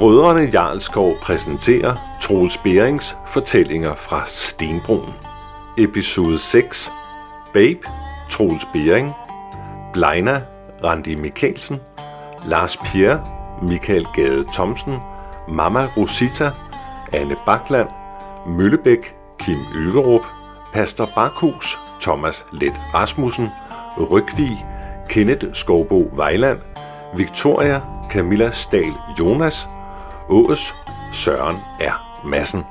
Brødrene Jarlskov præsenterer Troels Berings fortællinger fra Stenbroen. Episode 6. Babe, Troels Bering. Blejna, Randi Mikkelsen. Lars Pierre, Michael Gade Thomsen. Mama Rosita, Anne Bakland. Møllebæk, Kim Øgerup. Pastor Bakhus, Thomas Let Rasmussen. Rygvig, Kenneth Skovbo Vejland. Victoria, Camilla Stahl Jonas. Ås, Søren R. Madsen.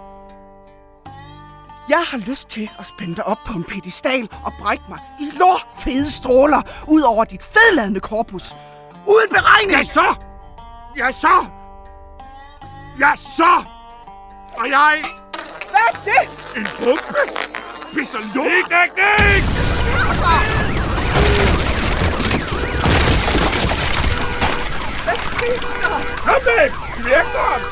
Jeg har lyst til at spænde dig op på en pedestal og brække mig i lårfede stråler ud over dit fedladende korpus. Uden beregning! Ja så! Og jeg... Hvad er det? En bombe? Pisser lort! Ikke! Hvad sker der? Kom væk! Vi er efter ham!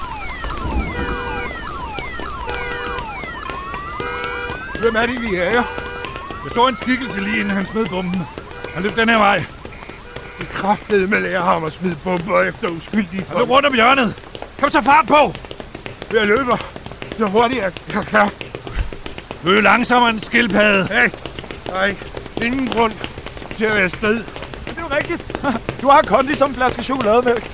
Hvem er det, vi er? Jeg så en skikkelse lige inden han smed bomben. Han løb den her vej. Vi kraftede med lære ham at smide bomber efter uskyldige Han løb rundt om hjørnet. Kom så fart på! Jeg løber så hurtigt jeg kan. Løb langsommere end en skildpadde. Hey, nej, ingen grund til at være afsted. Det er jo rigtigt. Du har kondi som en flaske chokolademælk.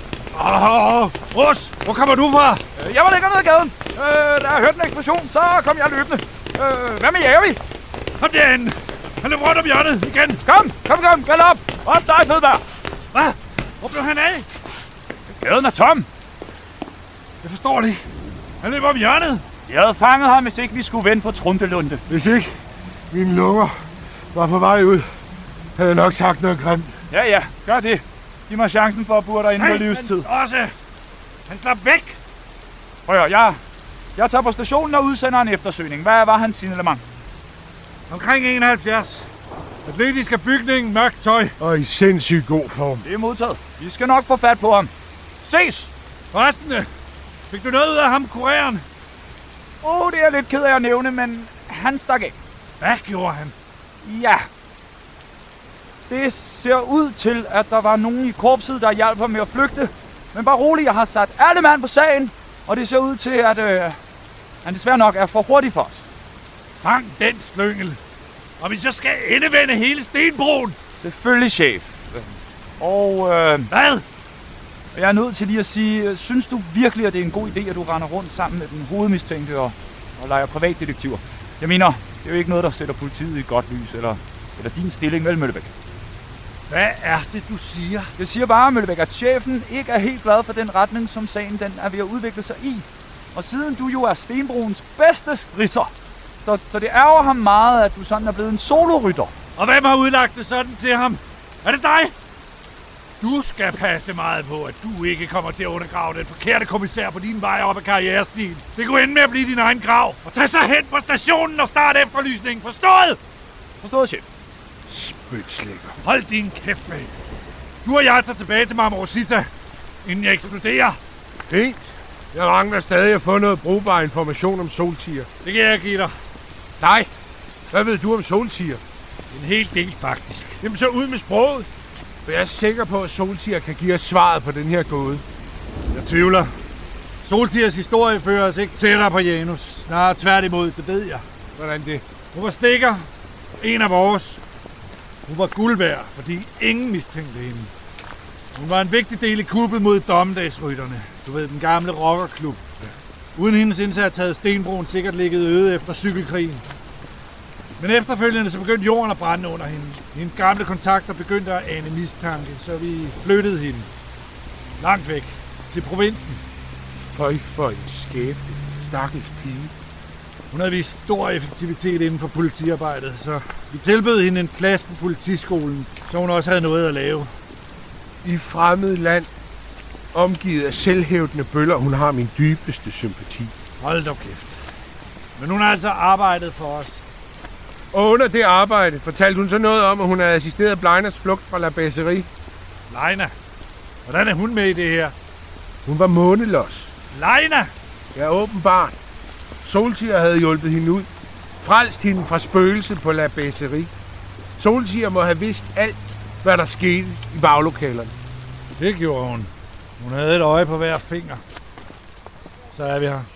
Ros, hvor kommer du fra? Jeg var længere ned ad gaden. Da jeg hørte en eksplosion, så kom jeg løbende. Hvad med jer, vi? Kom derinde. Han løb rundt om hjørnet igen. Kom, galop. Også dig, Fedberg. Hvad? Hvor blev han af? Gaden er tom. Jeg forstår det ikke. Han løb om hjørnet. Jeg havde fanget ham, hvis ikke vi skulle vende på Trundelunde. Hvis ikke mine lunger var på vej ud, havde jeg nok sagt noget grimt. Ja, gør det. Giv mig chancen for at bure dig inden for livstid. Også. Han slap væk. Prøv at høre, jeg tager på stationen og udsender en eftersøgning. Hvad var hans signalement? Omkring 71. Atletisk af bygningen, mørkt tøj. Og i sindssygt god form. Det er modtaget. Vi skal nok få fat på ham. Ses! Forresten, fik du noget ud af ham, kureren? Det er jeg lidt ked af at nævne, men han stak af. Hvad gjorde han? Ja. Det ser ud til, at der var nogen i korpset, der hjalp ham med at flygte. Men bare rolig, jeg har sat alle mand på sagen, og det ser ud til, at han desværre nok er for hurtig for os. Fang den slyngel. Og vi så skal endevende hele Stenbroen. Selvfølgelig, chef. Og Hvad? jeg er nødt til lige at sige, synes du virkelig, at det er en god idé, at du render rundt sammen med den hovedmistænkte og leger privatdetektiver? Jeg mener, det er jo ikke noget, der sætter politiet i godt lys, eller din stilling, vel, Møllebæk? Hvad er det, du siger? Jeg siger bare, Møllebæk, at chefen ikke er helt glad for den retning, som sagen den er ved at udvikle sig i. Og siden du jo er Stenbroens bedste strisser, så det ærger ham meget, at du sådan er blevet en solorytter. Og hvem har udlagt det sådan til ham? Er det dig? Du skal passe meget på, at du ikke kommer til at undergrave den forkerte kommissær på din vej op ad karrierestigen. Det kunne ende med at blive din egen grav. Og tag så hen på stationen og start efterlysningen. Forstået? Forstået, chef. Spytslikker. Hold din kæft med. Du og jeg tager tilbage til Mama Rosita, inden jeg eksploderer. Fint. Jeg mangler stadig at få noget brugbar information om soltiger. Det kan jeg give dig. Nej. Hvad ved du om soltiger? En hel del, faktisk. Jamen så ud med sproget. For jeg er sikker på, at soltiger kan give os svaret på den her gåde. Jeg tvivler. Soltigers historie fører os ikke tættere på Janus. Snarere tværtimod, det ved jeg. Hvordan det? Hun var stikker. En af vores. Hun var guld værd, fordi ingen mistænkte hende. Hun var en vigtig del i kuppet mod dommedagsrytterne. Du ved, den gamle rockerklub. Uden hendes indsats havde Stenbroen sikkert ligget øde efter cykelkrigen. Men efterfølgende så begyndte jorden at brænde under hende. Hendes gamle kontakter begyndte at ane mistanke, så vi flyttede hende. Langt væk. Til provinsen. Høj for en skæbne. Stakkels pige. Hun havde vist stor effektivitet inden for politiarbejdet, så vi tilbød hende en plads på politiskolen, så hun også havde noget at lave. I fremmed land, omgivet af selvhævdende bøller, hun har min dybeste sympati. Hold da kæft. Men hun har altså arbejdet for os. Og under det arbejde fortalte hun så noget om, at hun havde assisteret Blejnas flugt fra La Basserie. Leina. Hvordan er hun med i det her? Hun var månelos. Leina! Ja, åbenbart. Soltiger havde hjulpet hende ud. Frelst hende fra spøgelset på La Basserie. Soltiger må have vidst alt, hvad der skete i baglokalerne. Det gjorde hun. Hun havde et øje på hver finger. Så er vi her.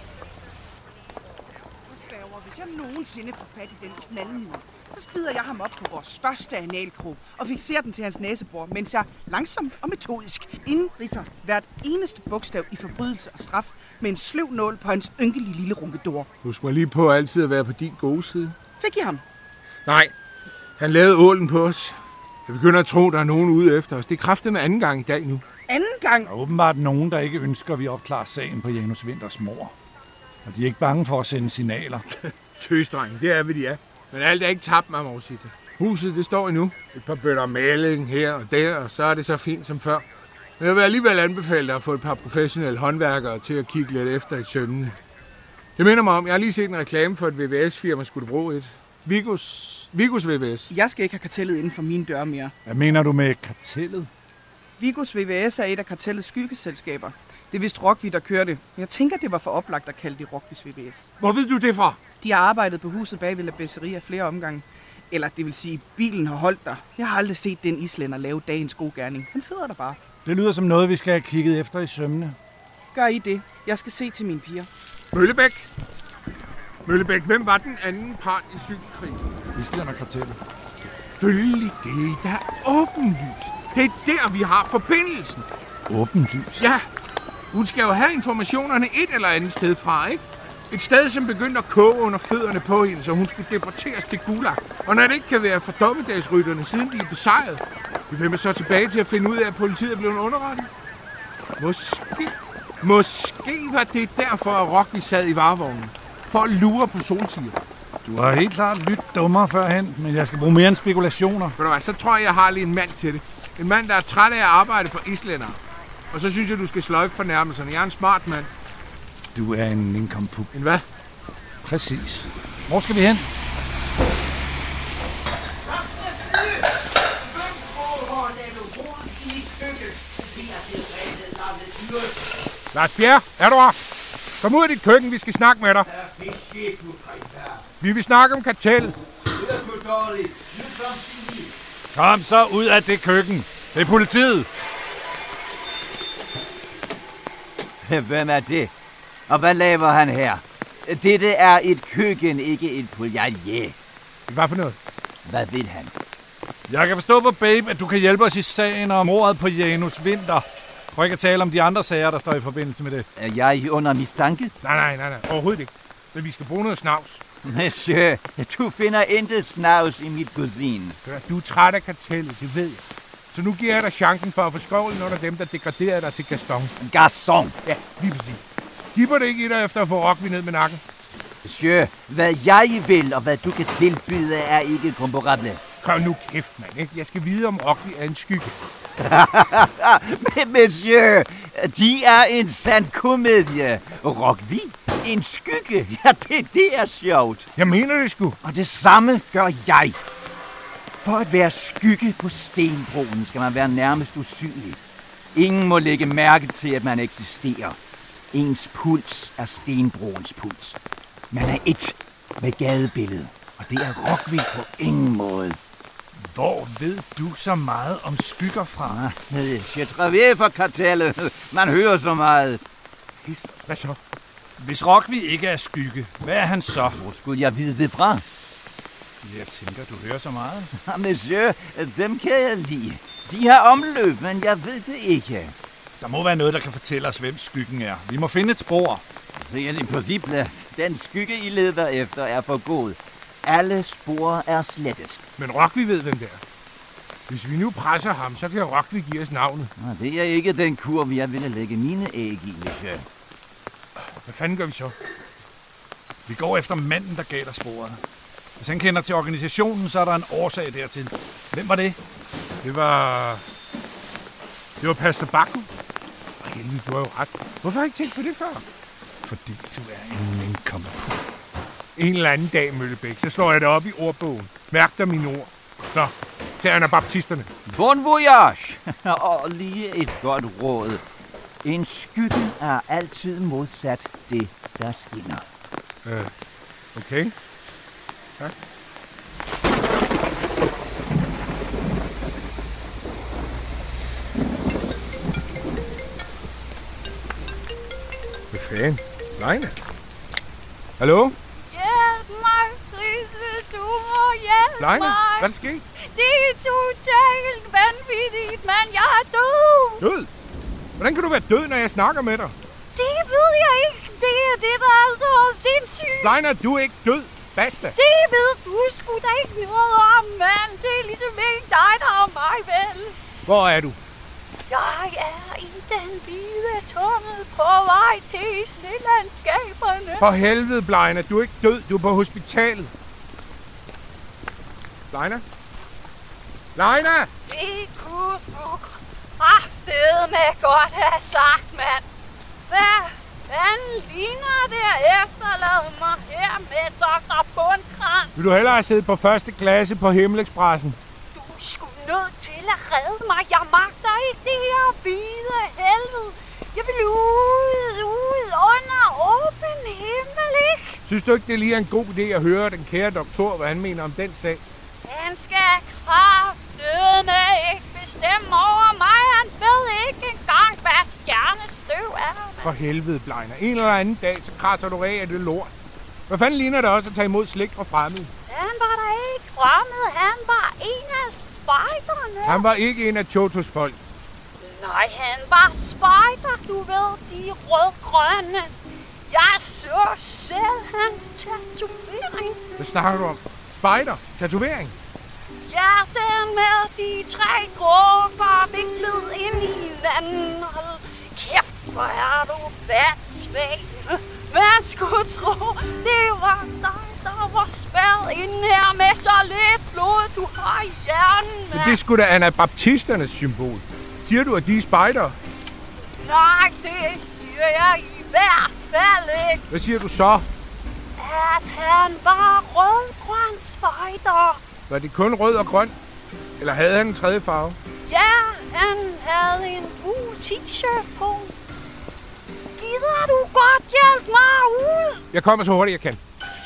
Hvis jeg nogensinde får fat i den knaldmur, så spider jeg ham op på vores største analkrog og fikserer den til hans næsebor, mens jeg langsomt og metodisk indridser hvert eneste bogstav i forbrydelse og straf med en sløv nål på hans ynkelige lille runkedor. Husk mig lige på altid at være på din gode side. Fik I ham? Nej, han lavede ålen på os. Jeg begynder at tro, der er nogen ude efter os. Det er kraftedeme anden gang i dag nu. Anden gang? Der er åbenbart nogen, der ikke ønsker, at vi opklarer sagen på Janus Winters mor. Og de er ikke bange for at sende signaler. Tøsdreng, det er, hvad de er. Men alt er ikke tabt, Marmorsitte. Huset, det står endnu. Et par bøtter maling her og der, og så er det så fint som før. Men jeg vil alligevel anbefale dig at få et par professionelle håndværkere til at kigge lidt efter i sømmene. Det minder mig om, jeg har lige set en reklame for et VVS-firma, skulle bruge et. Vigos VVS. Jeg skal ikke have kartellet inden for mine døre mere. Hvad mener du med kartellet? Vigos VVS er et af kartellets skyggeselskaber. Det er vist Rockvi, der kører det. Men jeg tænker, det var for oplagt at kalde det Rockvis VVS. Hvor ved du det fra? De har arbejdet på huset bag ved La Besseria flere omgange. Eller det vil sige, bilen har holdt der. Jeg har aldrig set den islænder lave dagens god gerning. Han sidder der bare. Det lyder som noget, vi skal have kigget efter i sømmene. Gør I det? Jeg skal se til mine piger. Møllebæk, hvem var den anden part i cykelkrigen? Islænderkartellet. Selvfølgelig, det er da åbenlyst. Det er der, vi har forbindelsen. Åbenlyst? Ja, hun skal jo have informationerne et eller andet sted fra, ikke? Et sted, som begyndte at koge under fødderne på hende, så hun skulle deporteres til Gulag. Og når det ikke kan være for dommedagsrytterne, siden de er besejret, vi vender så tilbage til at finde ud af, at politiet er blevet underrettet. Måske var det derfor, at Rockvi sad i varevognen. For at lure på soltiger. Du har helt klart lyttet dummere førhen, men jeg skal bruge mere end spekulationer. Ved du hvad, så tror jeg har lige en mand til det. En mand, der er træt af at arbejde for islændere. Og så synes jeg, du skal sløjfe fornærmelserne. Jeg er en smart mand. Du er en nincompoop. En hvad? Præcis. Hvor skal vi hen? Lars Bjerre, er du her? Kom ud af dit køkken, vi skal snakke med dig. Vi vil snakke om kartellet. Kom så ud af det køkken. Det er politiet. Hvem er det? Og hvad laver han her? Dette er et køkken, ikke et poulailler. Hvad for noget? Hvad vil han? Jeg kan forstå på Babe, at du kan hjælpe os i sagen om mordet på Janus Winter. Prøv ikke at tale om de andre sager, der står i forbindelse med det. Er jeg under mistanke? Nej. Overhovedet ikke. Men vi skal bruge noget snavs. Monsieur, du finder intet snavs i mit cuisine. Du er træt af kartellet, det ved jeg. Så nu giver jeg dig chancen for at få skovlen under dem, der degraderer dig til Gaston. Gaston? Ja, lige præcis. Giver det ikke i dig efter at få Rockvi ned med nakken? Monsieur, hvad jeg vil og hvad du kan tilbyde er ikke komparable. Kom nu kæft, mand. Ikke? Jeg skal vide, om Rockvi er en skygge. Men monsieur, de er en sand komedie. Rockvi? En skygge? Ja, det er sjovt. Jeg mener det sgu. Og det samme gør jeg. For at være skygge på stenbroen skal man være nærmest usynlig. Ingen må lægge mærke til, at man eksisterer. Ens puls er stenbroens puls. Man er ét med gadebilledet, og det er Rockvi på ingen måde. Hvor ved du så meget om skygger fra? Je travaille for kartellet. Man hører så meget. Hvad så? Hvis Rockvi ikke er skygge, hvad er han så? Hvor skulle jeg vide det fra? Jeg tænker, du hører så meget. Monsieur, dem kan jeg lide. De har omløb, men jeg ved det ikke. Der må være noget, der kan fortælle os, hvem skyggen er. Vi må finde et spor. Det er impossible. Den skygge, I leder efter, er for god. Alle spor er slettet. Men Rockvi ved, hvem det er. Hvis vi nu presser ham, så kan Rockvi give os navnet. Det er ikke den kurv, jeg ville lægge mine æg i, monsieur. Hvad fanden gør vi så? Vi går efter manden, der gav dig sporet. Hvis han kender til organisationen, så er der en årsag dertil. Hvem var det? Det var Pastor Baku. Helvede, du har jo ret. Hvorfor har jeg ikke tænkt på det før? Fordi du er en nincompoop. En eller anden dag, Møllebæk, så slår jeg det op i ordbogen. Mærk dig mine ord. Så, til anabaptisterne. Bon voyage! Og lige et godt råd. En skygge er altid modsat det, der skinner. Okay. Tak. fanden? Leine? Hallo? Hjælp mig, Trisse, du må hjælpe Leine? mig. Hvad er der sket? Det er totalt vanvittigt, mand. Jeg er død. Død? Hvordan kan du være død, når jeg snakker med dig? Det ved jeg ikke. Det er det, der er så sindssygt. Leine, du er ikke død. Basta. Det ved du sgu da ikke noget om, mand. Det er ligesom ikke dig, der er mig, vel? Hvor er du? Jeg er i den hvide tunnel på vej til snelandskaberne. For helvede, Leine. Du er ikke død. Du er på hospitalet. Leine? Leine! Det kunne du kraftedeme godt have sagt, mand. Hvad fanden ligner det efterladet mig her med Dr. Bundkran? Vil du hellere have siddet på første klasse på Himmelexpressen? Du er sgu nødt til at redde mig. Jeg magter ikke det her hvide helvede. Jeg vil ud under åben himmel, ikke? Synes du ikke, det lige er en god idé at høre den kære doktor, hvad han mener om den sag? Han skal kraftedeme ikke bestemme over mig. Han ved ikke engang, hvad stjernestøv er. For helvede, Leine. En eller anden dag, så krasser du af det lort. Hvad fanden ligner det også at tage imod slik fra fremmede? Han var da ikke fremmed. Han var en af spejderne. Han var ikke en af Chotos folk. Nej, han var spejder, du ved, de rød-grønne. Jeg så selv hans tatovering. Hvad snakker du om? Spider? Tatovering? Hjertet med de 3 grupper viklet ind i hinanden. Hold kæft, hvor er du vandsvag. Man skulle tro, det var dig, der var spærret inde her med så lidt blod, du har i hjernen, mand. Det er sgu da anabaptisternes symbol. Siger du, at de er spider? Nej, det siger jeg i hvert fald ikke. Hvad siger du så? At han var rød-grøn spejder. Var det kun rød og grøn? Eller havde han en tredje farve? Ja, han havde en gul t-shirt på. Gider du godt hjælpe mig ud? Jeg kommer så hurtigt, jeg kan.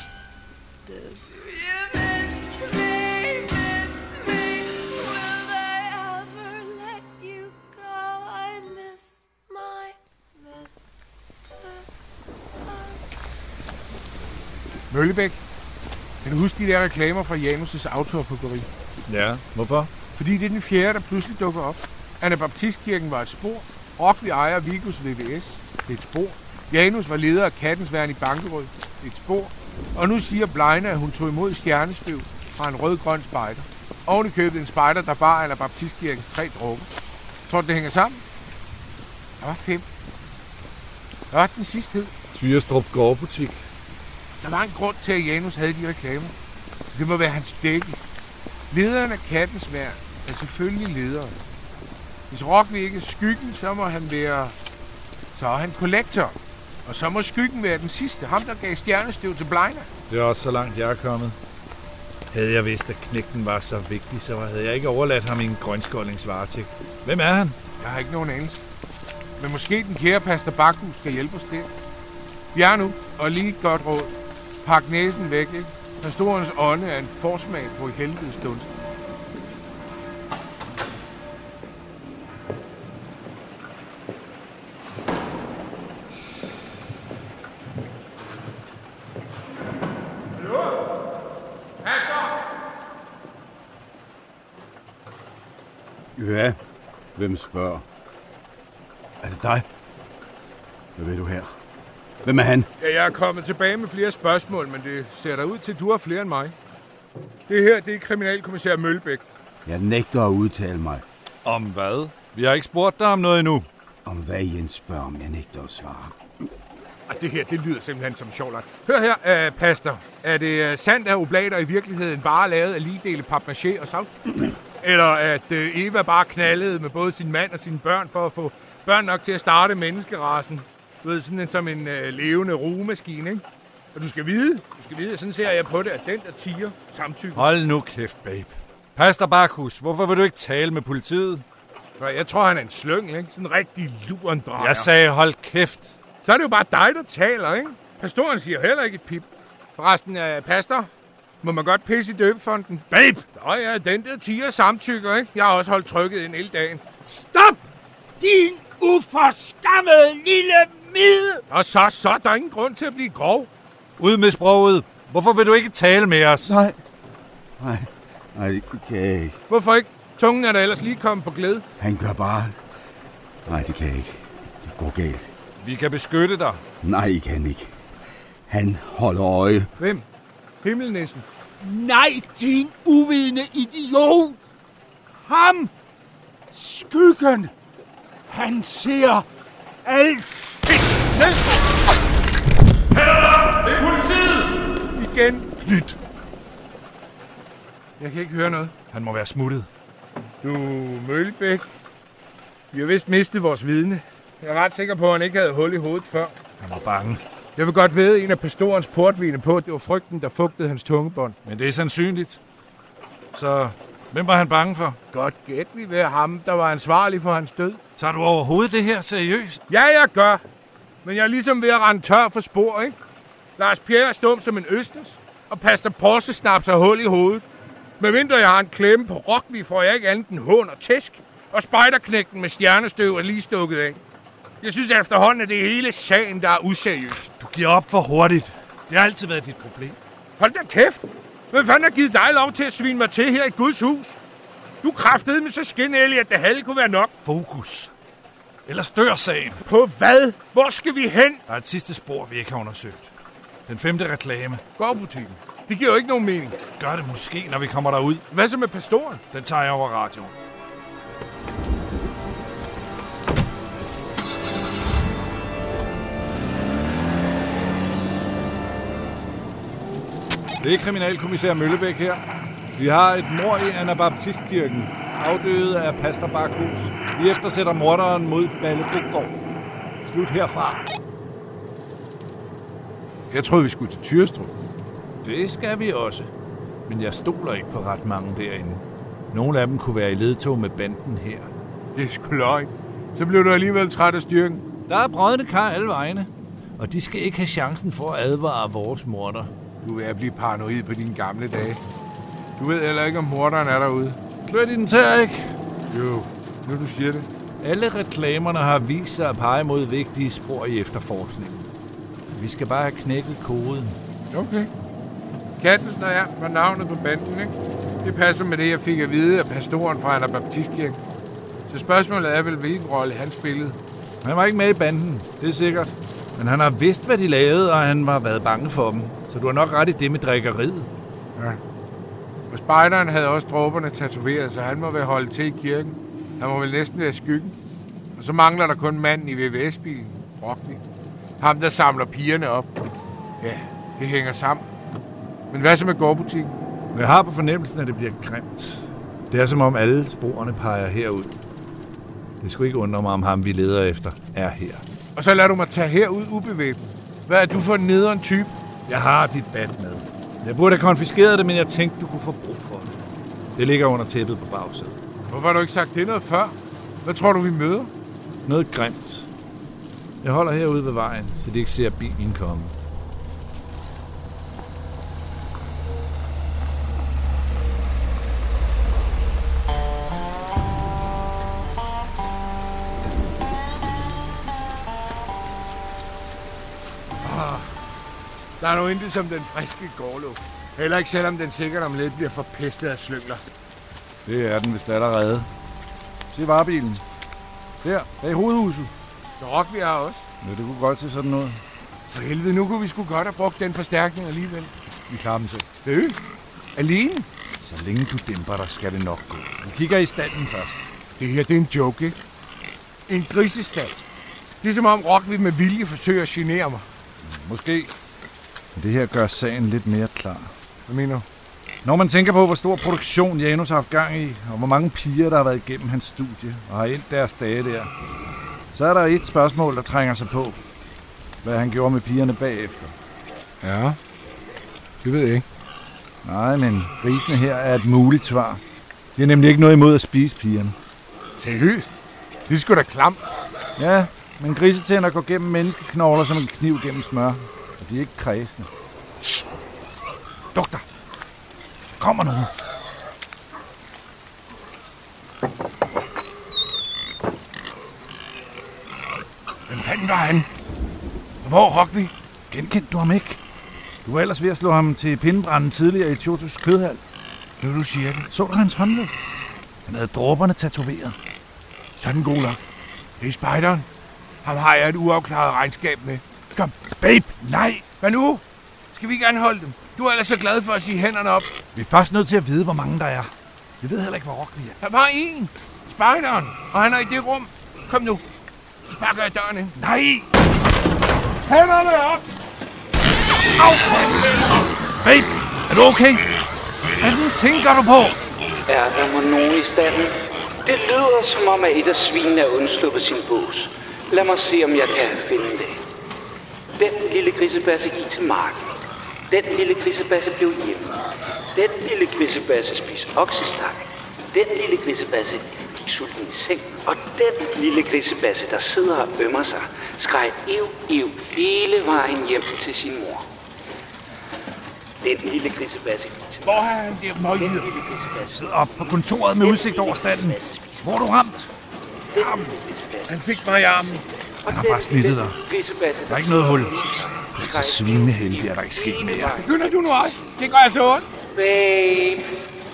Møllebæk, kan du huske de der reklamer fra Janus' autoapokaryp? Ja, hvorfor? Fordi det er den fjerde, der pludselig dukker op. Anabaptistkirken var et spor. Rockvi ejer Vigus VVS. Det er et spor. Janus var leder af Kattens Værn i Bankerød. Det er et spor. Og nu siger Bleine, at hun tog imod stjernestøv fra en rød-grøn spejder. Oven i købet en spejder, der bar Anabaptistkirkens 3 dråber. Tror du, det hænger sammen? Der var 5. Hvad var den sidste hed? Thyrestrup gårdbutik. Der var en grund til, at Janus havde de reklamer. Det må være hans dække. Lederen af Kattens Værn er selvfølgelig lederen. Hvis Rockvi ikke er skyggen, så må han være... Så er han kollektor. Og så må skyggen være den sidste. Ham, der gav stjernestøv til Bleine. Det er også så langt, jeg er kommet. Havde jeg vidst, at knægten var så vigtig, så havde jeg ikke overladt ham i en grønskåldingsvaretægt. Hvem er han? Jeg har ikke nogen anelse. Men måske den kære pastor Bakhus skal hjælpe os der. Ja nu, og lige et godt råd. Pak næsen væk, ikke? Pastorens ånde er en forsmag på helvedes dunst. Ja, hvem spørger? Er det dig? Hvad ved du her? Hvem er han? Ja, jeg er kommet tilbage med flere spørgsmål, men det ser der ud til, at du har flere end mig. Det her, det er kriminalkommissær Møllebæk. Jeg nægter at udtale mig. Om hvad? Vi har ikke spurgt dig om noget endnu. Om hvad Jens spørger, om jeg nægter at svare. Det her, det lyder simpelthen som sjovt. Hør her, pastor. Er det sandt, at oblater i virkeligheden bare er lavet af ligedele papmaché og salt? Eller at Eva bare knaldede med både sin mand og sine børn for at få børn nok til at starte menneskerassen? Du ved, sådan som en levende rugemaskine, ikke? Og du skal vide, sådan ser jeg på det, at den der tiger samtykker. Hold nu kæft, babe. Pastor Bakhus, hvorfor vil du ikke tale med politiet? Jeg tror, han er en slyngel, ikke? Sådan en rigtig lurendrejer. Jeg sagde, hold kæft. Så er det jo bare dig, der taler, ikke? Pastoren siger heller ikke et pip. Forresten, pastor, må man godt pisse i døbefonden? Babe! Nå ja, den der tiger samtykker, ikke? Jeg har også holdt trykket ind hele dagen. Stop! Din uforskammede lille Mide! Og så er der ingen grund til at blive grov. Ud med sproget. Hvorfor vil du ikke tale med os? Nej, det kan jeg ikke. Hvorfor ikke? Tungen er da ellers lige kommet på glæde. Han gør bare... Nej, det kan jeg ikke. Det går galt. Vi kan beskytte dig. Nej, I kan ikke. Han holder øje. Hvem? Himmelnissen? Nej, din uvidende idiot! Ham! Skyggen! Han ser alt! Ned! Herre, det er politiet! Igen. Knyt. Jeg kan ikke høre noget. Han må være smuttet. Du, Møllebæk. Vi har vist mistet vores vidne. Jeg er ret sikker på, at han ikke havde hul i hovedet før. Han var bange. Jeg vil godt vide en af pastorens portvine på, at det var frygten, der fugtede hans tungebånd. Men det er sandsynligt. Så hvem var han bange for? Godt gæt, vi ved ham, der var ansvarlig for hans død. Tager du overhovedet det her seriøst? Ja, jeg gør. Men jeg er ligesom ved at rende tør for spor, ikke? Lars Pierre er stum som en østers, og Pastor Porse snaps har hul i hovedet. Medmindre jeg har en klemme på Rockvi, får jeg ikke andet end hån og tæsk, og spejderknægten med stjernestøv er lige stukket af. Jeg synes efterhånden, at det er hele sagen, der er useriøst. Du giver op for hurtigt. Det har altid været dit problem. Hold da kæft! Hvem fanden har givet dig lov til at svine mig til her i Guds hus? Du kraftede med så skinhellig, at det halve kunne være nok. Fokus. Ellers dør sagen. På hvad? Hvor skal vi hen? Der er et sidste spor, vi ikke har undersøgt. Den 5. reklame. Gårdbutikken. Det giver jo ikke nogen mening. Gør det måske, når vi kommer derud. Hvad så med pastoren? Den tager jeg over radioen. Det er kriminalkommissær Møllebæk her. Vi har et mord i Anabaptistkirken, afdøde af Pastor Bakhus. Vi eftersætter morderen mod Ballebogård. Slut herfra. Jeg troede, vi skulle til Tyrestrup. Det skal vi også. Men jeg stoler ikke på ret mange derinde. Nogle af dem kunne være i ledtog med banden her. Det er sgu løgn. Så blev du alligevel træt af styrken. Der er brødne kar alle vegne. Og de skal ikke have chancen for at advare vores morder. Du er ved at blive paranoid på dine gamle dage. Du ved heller ikke, om morderen er derude. Klør din tær, ikke? Jo, nu du siger det. Alle reklamerne har vist sig at pege mod vigtige spor i efterforskningen. Vi skal bare have knækket koden. Okay. Kattelsen og jeg var navnet på banden, ikke? Det passer med det, jeg fik at vide af pastoren fra Anabaptistkirken. Så spørgsmålet er vel, hvilken rolle han spillede. Han var ikke med i banden, det er sikkert. Men han har vidst, hvad de lavede, og han var været bange for dem. Så du har nok ret i det med drikkeriet. Ja. Og spejderen havde også dråberne tatoveret, så han må være holdt til i kirken. Han må vel næsten være skyggen. Og så mangler der kun manden i VVS-bilen, Rockvi. Ham, der samler pigerne op. Ja, det hænger sammen. Men hvad så med gårdbutikken? Jeg har på fornemmelsen, at det bliver grimt. Det er som om alle sporene peger herud. Det skulle ikke undre mig, om ham, vi leder efter, er her. Og så lader du mig tage herud ubevæbnet. Hvad er du for en nederen type? Jeg har dit bat med. Jeg burde have konfiskeret det, men jeg tænkte, du kunne få brug for det. Det ligger under tæppet på bagsædet. Hvorfor har du ikke sagt det noget før? Hvad tror du, vi møder? Noget grimt. Jeg holder herude ved vejen, så de ikke ser bilen komme. Der er nu intet som den friske gårdluft. Heller ikke selvom den sikkert om lidt bliver forpestet af slyngler. Det er den vist allerede. Se varebilen. Der, bag hovedhuset. Så Rockvi har også. Ja, det kunne godt se sådan noget. For helvede, nu kunne vi sgu godt have brugt den forstærkning alligevel. Vi klarer dem selv. Alene? Så længe du dæmper dig, skal det nok gå. Vi kigger i standen først. Det her, det er en joke, ikke? En grisestald. Det er som om Rockvi med vilje forsøger at genere mig. Måske. Men det her gør sagen lidt mere klar. Hvad mener du? Når man tænker på, hvor stor produktion Janus har haft gang i, og hvor mange piger, der har været igennem hans studie og har endt deres dage der, så er der et spørgsmål, der trænger sig på. Hvad han gjorde med pigerne bagefter. Ja, det ved jeg ikke. Nej, men grisene her er et muligt svar. De har nemlig ikke noget imod at spise pigerne. Seriøst? Det er sgu da klamt. Ja, men grisetænder går gennem menneskeknogler som en kniv gennem smør. Og de er ikke kredsende. Shh. Doktor, kommer nogen. Hvem fanden var han? Hvor, Rockvi? Genkendte du ham ikke? Du var ellers ved at slå ham til pindebranden tidligere i Chotos kødhal. Nu du siger det. Så du hans håndled? Han havde dråberne tatoveret. Så er den god nok. Det er spejderen. Ham har jeg et uafklaret regnskab med. Kom. Babe, nej! Hvad nu? Skal vi gerne holde dem? Du er ellers så glad for at sige hænderne op. Vi er først nødt til at vide, hvor mange der er. Vi ved heller ikke, hvor Rockvi er. Der var en. Spejderen. Og han er i det rum. Kom nu. Så sparker jeg døren ind. Nej! Hænderne op! Au! Babe, er du okay? Hvad tænker du på? Er der må nogen i standen? Det lyder som om, at et af svinene er undsluppet sin bås. Lad mig se, om jeg kan finde det. Den lille grisebasse gik til marken. Den lille grisebasse blev hjemme. Den lille grisebasse spiste oksestak. Den lille grisebasse gik sulten i seng. Og den lille grisebasse, der sidder og ømmer sig, skreg ev hele vejen hjem til sin mor. Den lille grisebasse gik til Hvor er han der møget? Sidder op på kontoret med udsigt over standen. Hvor er du ramt? Han fik mig i armen. Han har bare snittet dig. Der er ikke noget hul. Det er så svineheldigt, at der ikke sker mere. Begynder du nu også? Det gør altså ondt. Babe.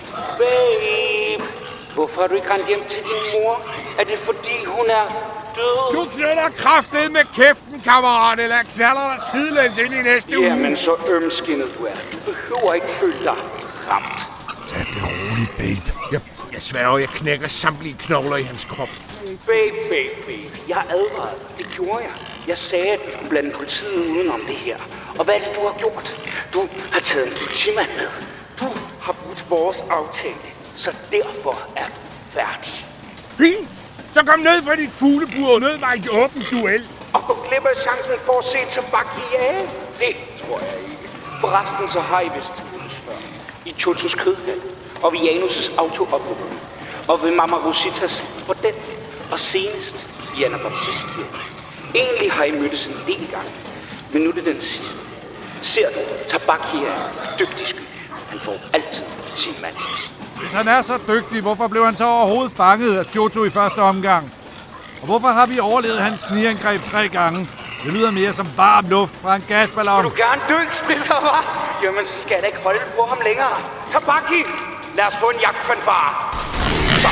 Hvorfor har du ikke rendt hjem til din mor? Er det fordi, hun er død? Du knytter kraftet med kæften, kammerat, eller knaller dig sidelæns ind i næste uge. Jamen, så ømskinnet du er. Du behøver ikke føle dig ramt. Tag det roligt, babe. Jeg sværger, jeg knækker samtlige knogler i hans krop. Babe. Jeg advarede dig. Det gjorde jeg. Jeg sagde, at du skulle blande politiet udenom det her. Og hvad er det, du har gjort? Du har taget en politimand med. Du har brudt vores aftale. Så derfor er du færdig. Fint. Så kom ned fra dit fuglebur og nød mig i åben duel. Og gå glip af chancen for at se Tabaki af. Det tror jeg ikke. Forresten så har I vist mødtes før. I Chotos kødhal. Og ved Janus' autoophugning. Og ved Mama Rositas bordel. Og senest i Anabaptistkirken. Egentlig har I mødtes en del gange. Men nu er det den sidste. Ser du, Tabaki er dygtig sky. Han får altid sin mand. Hvis han er så dygtig, hvorfor blev han så overhovedet fanget af Choto i første omgang? Og hvorfor har vi overlevet hans snigeangreb 3 gange? Det lyder mere som varm luft fra en gasballon. Vil du gerne dø, strisser, hva'? Jamen, så skal jeg da ikke holde på ham længere. Tabaki, lad os få en jagtfanfare. Så,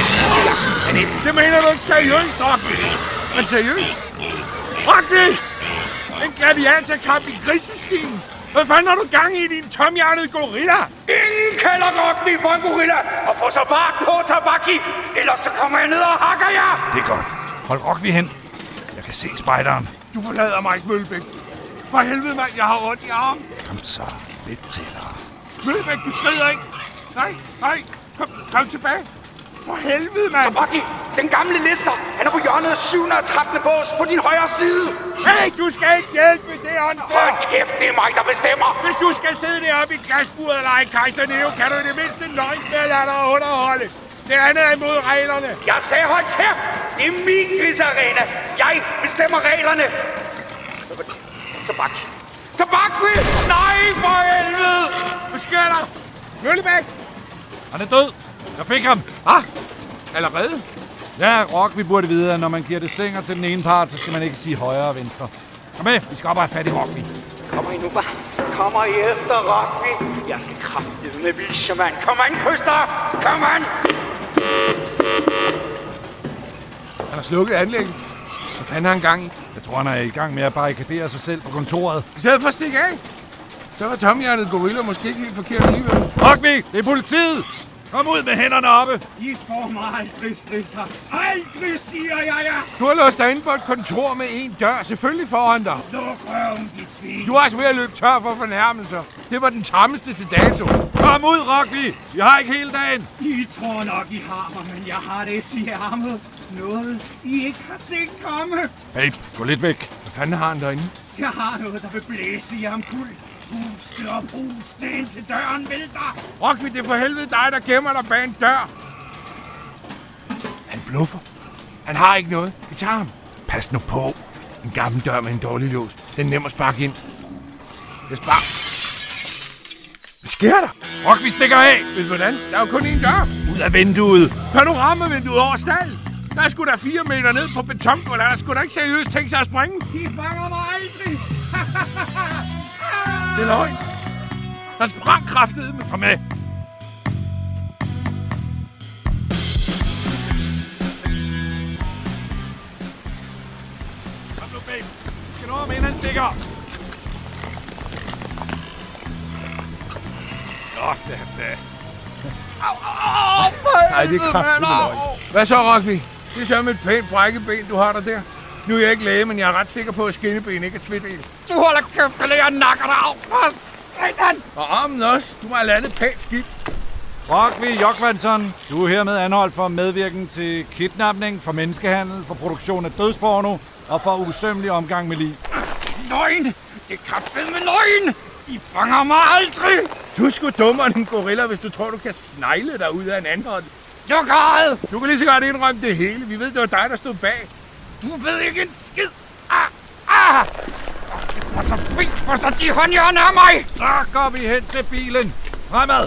tag det. Det mener du ikke seriøst, Rockvi? Men seriøst? Rockvi! En gladiatorkamp i grisestien? Hvad fanden har du gang i din tomhjernede gorilla? Ingen kalder Rockvi for en gorilla, og få så bare på Tabaki, ellers så kommer jeg ned og hakker jer. Det er godt. Hold Rockvi hen. Jeg kan se spejderen. Du forlader mig ikke, Møllebæk. For helvede, mand, jeg har ondt i armen. Kom så, lidt tættere. Møllebæk, du skrider ikke. Nej. Kom tilbage. For helvede, mand. Tabaki, den gamle lister. Han er på hjørnet af 7. og 13. bås på din højre side. Hey, du skal ikke hjælpe med det ånd. Hold kæft, det er mig, der bestemmer. Hvis du skal sidde deroppe i glasburet og lege Kejser Neo, kan du i det mindste nøjes med at lade dig underholde. Det andet er imod reglerne. Jeg sagde, hold kæft. Det er min grisearena. Jeg bestemmer reglerne. Tabaki! Nej, for helvede! Hvad sker der? Møllebæk! Han er død. Jeg fik ham. Allerede? Ja, Rockvi burde vide, at når man giver det sænger til den ene part, så skal man ikke sige højre og venstre. Kom med, vi skal op og have fat i Rockvi. Kommer I nu, hva'? Kommer I efter Rockvi? Jeg skal kraftedeme vise, mand. Kom an, kyster! Kom an! Han har slukket anlægget. Hvad fanden har han gang i? Jeg tror, han er i gang med at barrikadere sig selv på kontoret. I stedet for at stikke af. Så var tomhjernet gorilla måske ikke helt forkert alligevel. Rockvi, det er politiet! Kom ud med hænderne oppe! I får mig aldrig, strisser. Aldrig, siger jeg ja. Du har låst dig inde på et kontor med en dør, selvfølgelig foran dig. Luk røven, dit svin. Du er også ved at løbe tør for fornærmelser. Det var den tammeste til dato. Kom ud, Rockvi! Vi har ikke hele dagen. I tror nok, I har mig, men jeg har det i ærmet. Noget, I ikke har set komme. Babe, gå lidt væk. Hvad fanden har han derinde? Jeg har noget, der vil blæse jer omkuld. Puste og puste indtil døren vælter. Rockvi, det er for helvede dig, der gemmer dig bag en dør. Han bluffer. Han har ikke noget. Vi tager ham. Pas nu på. En gammel dør med en dårlig lås. Den er nem at sparke ind. Jeg sparker. Hvad sker der? Rockvi stikker af. Ved du hvordan? Der er jo kun én dør. Ud af vinduet. Panoramavinduet over stallen. Der er sgu da 4 meter ned på betongulvet. Der er sgu da ikke seriøst tænkt sig at springe. I fanger mig aldrig. Det er løgn. Han sprang kraftedeme. Kom med. Kom nu, babe. Vi skal nå ham, inden han stikker. Det er det. Nej, det er kraftigt løgn. Hvad så, Rockvi? Det er så et pænt brækkeben, du har der der. Nu er jeg ikke læge, men jeg er ret sikker på, at skinneben ikke er tvedel. Du holder kæft, eller jeg nakker dig af først. Satan! Og armen også. Du må have landet pænt skidt. Rockvi Jokvansson, du er hermed anholdt for medvirken til kidnapning, for menneskehandel, for produktion af dødsporno og for usømmelig omgang med lig. Løgn! Det er kraftedeme løgn! I fanger mig aldrig! Du er sgu dummere end en gorilla, hvis du tror, du kan snegle dig ud af en anhold. Du er galt! Du kan lige så godt indrømme det hele. Vi ved, det var dig, der stod bag. Du ved ikke en skid! Og så fri for så de håndjørner af mig! Så går vi hen til bilen. Fremad!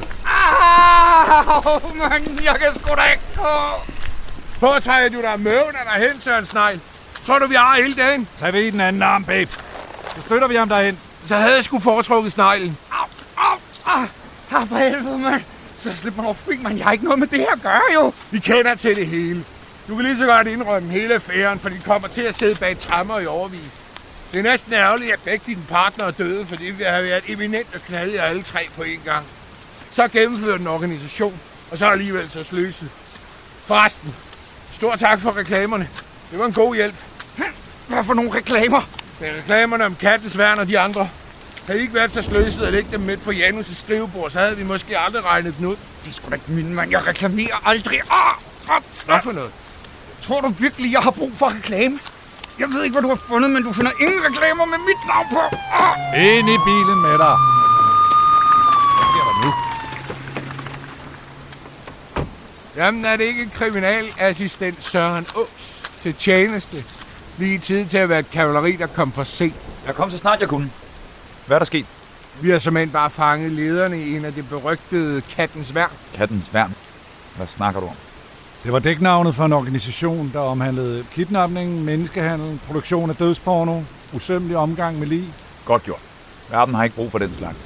Men jeg kan sgu da ikke gå! Foretrækker du dig møven eller hen, Søren Snegl? Tror du, vi har hele dagen? Tag ved i den anden arm, babe. Så støtter vi ham derhen. Så havde jeg sgu foretrukket sneglen. Tak for helvede, mand. Så slipper man over fri, man. Jeg har ikke noget med det her at gøre, jo. Vi kender til det hele. Du kan lige så godt indrømme hele affæren, for de kommer til at sidde bag tremmer i overvis. Det er næsten ærgerligt, at begge dine partnere er døde, fordi vi har været eminent og knaldet alle tre på én gang. Så gennemførte en organisation, og så alligevel så sløset. Forresten, stor tak for reklamerne. Det var en god hjælp. Hvad for nogle reklamer? Det er reklamerne om Kattens Værn og de andre. Havde I ikke været så sløset at lægge dem midt på Janus' skrivebord, så havde vi måske aldrig regnet den ud. Det er sgu da ikke min mand. Jeg reklamerer aldrig. Hvad for noget? Tror du virkelig, jeg har brug for reklame? Jeg ved ikke, hvad du har fundet, men du finder ingen reklamer med mit navn på. Ind i bilen med dig. Hvad sker der nu? Jamen, er det ikke kriminalassistent Søren Ås til tjeneste? Lige tid til at være et kavaleri, der kom for sent. Jeg kom så snart jeg kunne. Hvad er der sket? Vi har simpelthen bare fanget lederne i en af det berygtede Kattens Værn. Kattens Værn? Hvad snakker du om? Det var dæknavnet for en organisation, der omhandlede kidnapning, menneskehandel, produktion af dødsporno, usømmelig omgang med lig. Godt gjort. Verden har ikke brug for den slags.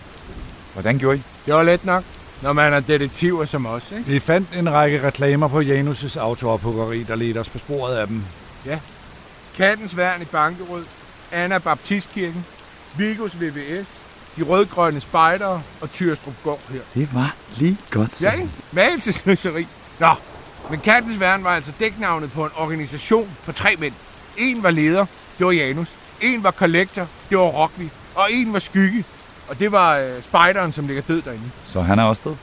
Hvordan gjorde I? Det var let nok, når man er detektiver som os, ikke? Vi fandt en række reklamer på Janus' autoophuggeri, der ledte os på sporet af dem. Ja. Kattens Værn i Bankerød, Anna Baptistkirken, Vigos VVS, de rødgrønne spejdere og Tyrstrup Gård her. Det var lige godt sagt. Ja, ikke? Magen til sløseri. Nå, men Kattens Værn var altså dæknavnet på en organisation på 3 mænd. En var leder, det var Janus. En var kollektor, det var Rockvi. Og en var skygge, og det var spejderen, som ligger død derinde. Så han er også død?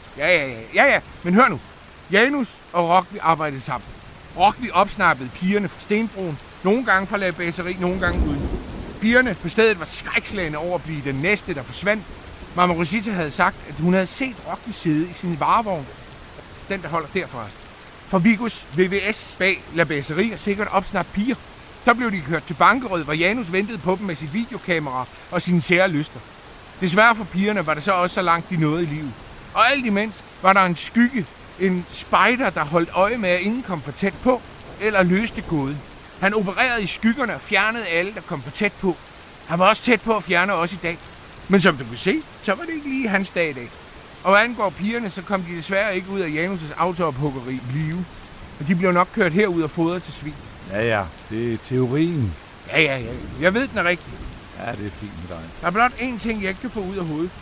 Ja. Men hør nu. Janus og Rockvi arbejdede sammen. Rockvi opsnappede pigerne fra Stenbroen, nogle gange fra labaseri, nogle gange uden. Pigerne på stedet var skrækslagne over at blive den næste, der forsvandt. Mama Rosita havde sagt, at hun havde set Rockvi sidde i sin varevogn. Den, der holder der forresten. For Vigos VVS bag labaseri og sikkert opsnappet piger. Så blev de kørt til Bankerød, hvor Janus ventede på dem med sit videokamera og sine sære lyster. Desværre for pigerne var det så også så langt, de nåede i livet. Og alt imens var der en skygge, en spejder, der holdt øje med, at ingen kom for tæt på, eller løste gåden. Han opererede i skyggerne og fjernede alle, der kom for tæt på. Han var også tæt på at fjerne os i dag. Men som du kan se, så var det ikke lige hans dag i dag. Og hvad angår pigerne, så kom de desværre ikke ud af Janus' autoophuggeri i live. Og de blev nok kørt herud og fodret til svin. Ja, det er teorien. Ja. Jeg ved, den er rigtig. Ja, det er fint med dig. Der er blot én ting, jeg ikke kan få ud af hovedet.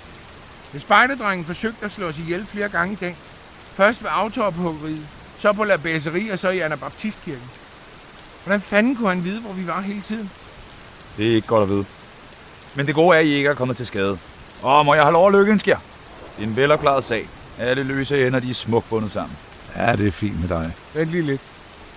Hvis spejderdrengen forsøgte at slå os ihjel flere gange i dag. Først ved autoophuggeriet, så på labaseri og så i Anna Baptistkirken. Hvordan fanden kunne han vide, hvor vi var hele tiden? Det er ikke godt at vide. Men det gode er, at I ikke er kommet til skade. Og må jeg have lov at lykke, sker? Det er en velopklaret sag. Alle løse ender, de er smukt bundet sammen. Ja, det er fint med dig. Vent lige lidt.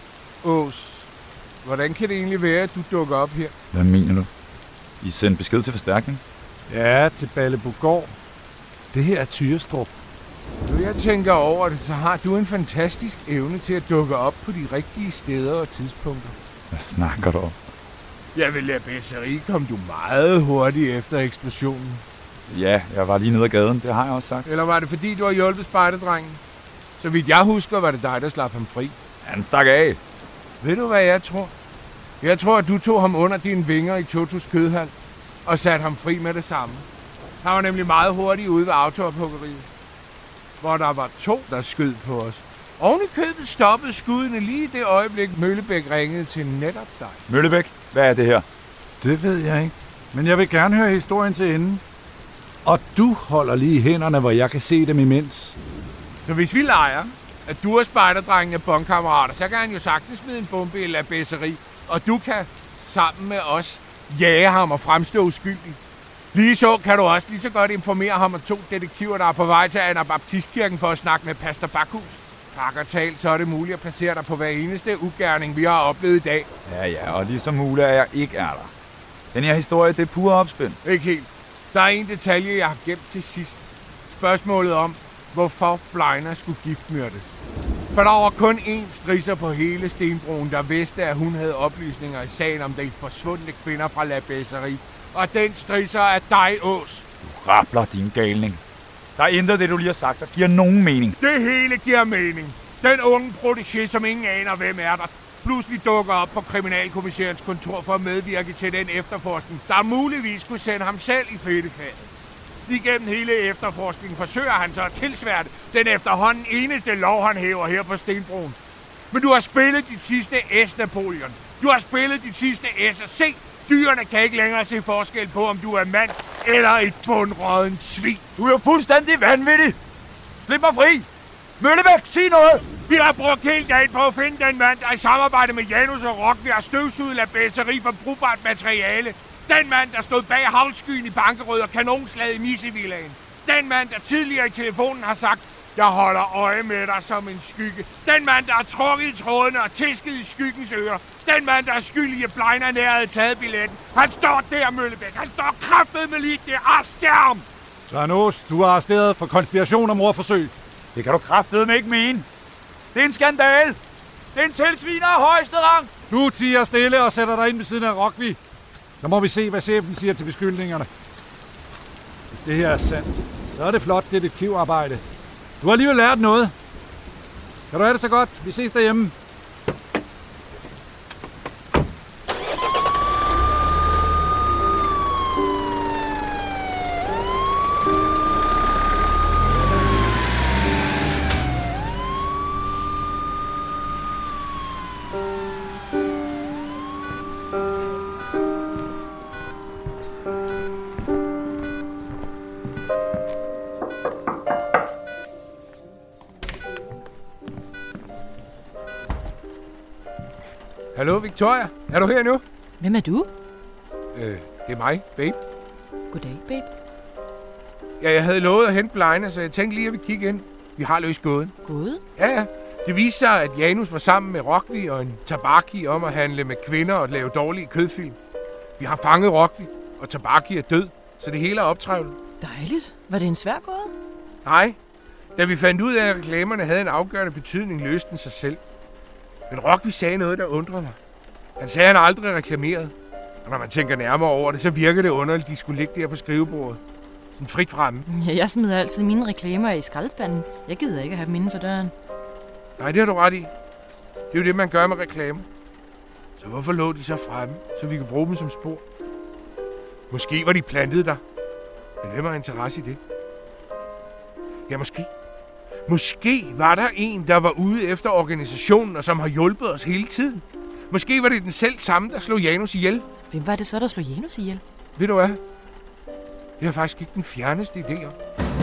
Ås, hvordan kan det egentlig være, at du dukker op her? Hvad mener du? I sendte besked til forstærkning? Ja, til Ballebogård. Det her er Tyrstrup. Når jeg tænker over det, så har du en fantastisk evne til at dukke op på de rigtige steder og tidspunkter. Hvad snakker du om? Jeg vil lade Besseri kom du meget hurtigt efter eksplosionen. Ja, jeg var lige nede ad gaden, det har jeg også sagt. Eller var det fordi, du har hjulpet spejderdrengen? Så vidt jeg husker, var det dig, der slap ham fri. Han stak af. Ved du, hvad jeg tror? Jeg tror, at du tog ham under dine vinger i Totos kødhal. og satte ham fri med det samme. Han var nemlig meget hurtigt ude ved autoophuggeriet, hvor der var 2, der skød på os. Oven i købet stoppede skuddene lige i det øjeblik, Møllebæk ringede til netop dig. Møllebæk, hvad er det her? Det ved jeg ikke, men jeg vil gerne høre historien til enden. Og du holder lige hænderne, hvor jeg kan se dem imens. Så hvis vi leger, at du og spejderdrengen er bondkammerater, så kan han jo sagtens smide en bombe i La Besserie, og du kan sammen med os jage ham og fremstå uskyldig. Lige så kan du også lige så godt informere ham om 2 detektiver, der er på vej til Anabaptistkirken for at snakke med Pastor Bakhus. Takker talt, så er det muligt at placere dig på hver eneste ugerning, vi har oplevet i dag. Ja, og ligesom muligt er jeg ikke er der. Den her historie, det er pure opspænd. Ikke helt. Der er en detalje, jeg har gemt til sidst. Spørgsmålet om, hvorfor Bleiner skulle giftmyrdes. For der var kun én strisser på hele Stenbroen, der vidste, at hun havde oplysninger i sagen om de forsvundne kvinder fra La Besserie. Og den strisser er dig, Ås. Du rabler, din galning. Der er intet det, du lige har sagt, der giver nogen mening. Det hele giver mening. Den unge protégé, som ingen aner, hvem er der, pludselig dukker op på kriminalkommissærens kontor for at medvirke til den efterforskning, der muligvis kunne sende ham selv i fedtefadet. Igennem hele efterforskningen forsøger han så at tilsværte den efterhånden eneste lovhåndhæver her på Stenbroen. Men du har spillet dit sidste S, Napoleon. Du har spillet dit sidste S, og se, dyrene kan ikke længere se forskel på, om du er mand eller et bundrådent svin. Du er jo fuldstændig vanvittig. Slip mig fri. Møllebæk, sig noget. Vi har brugt hele dagen på at finde den mand, der i samarbejde med Janus og Rockvi har støvsuget La Besserie for brugbart materiale. Den mand, der stod bag havlskyen i Bankerød og kanonslaget i Nissevillaen. Den mand, der tidligere i telefonen har sagt, jeg holder øje med dig som en skygge. Den mand, der har trukket i trådene og tisket i skyggens ører. Den mand, der er skyldig, at Bleiner nær havde taget billetten. Han står der, Møllebæk. Han står kraftet med lige det arrestærm. Søren Ås, du er arresteret for konspiration og mordforsøg. Det kan du kraftedeme ikke mene. Det er en skandale. Det er en tilsviner af højeste rang. Du tiger stille og sætter dig ind ved siden af Rockvi. Så må vi se, hvad chefen siger til beskyldningerne. Hvis det her er sandt, så er det flot detektivarbejde. Du har alligevel lært noget. Kan du have det så godt? Vi ses derhjemme. Hallo, Victoria. Er du her nu? Hvem er du? Det er mig, babe. Goddag, babe. Ja, jeg havde lovet at hente Bleiner, så jeg tænkte lige, at vi kigge ind. Vi har løst gåden. Gåden? Ja. Det viste sig, at Janus var sammen med Rockvi og en Tabaki om at handle med kvinder og lave dårlige kødfilm. Vi har fanget Rockvi, og Tabaki er død, så det hele er optrævlet. Dejligt. Var det en svær gåde? Nej. Da vi fandt ud af, at reklamerne havde en afgørende betydning, løste den sig selv. Men Rockvi sagde noget, der undrede mig. Han sagde, at han aldrig reklameret. Og når man tænker nærmere over det, så virker det underligt, at de skulle ligge der på skrivebordet. Sådan frit fremme. Ja, jeg smider altid mine reklamer i skraldespanden. Jeg gider ikke at have dem inden for døren. Nej, det har du ret i. Det er jo det, man gør med reklamer. Så hvorfor lå de så fremme, så vi kan bruge dem som spor? Måske var de plantet der. Men hvem har interesse i det? Ja, måske. Måske var der en, der var ude efter organisationen, og som har hjulpet os hele tiden. Måske var det den selv samme, der slog Janus ihjel. Hvem var det så, der slog Janus ihjel? Ved du hvad? Jeg har faktisk ikke den fjerneste idé om.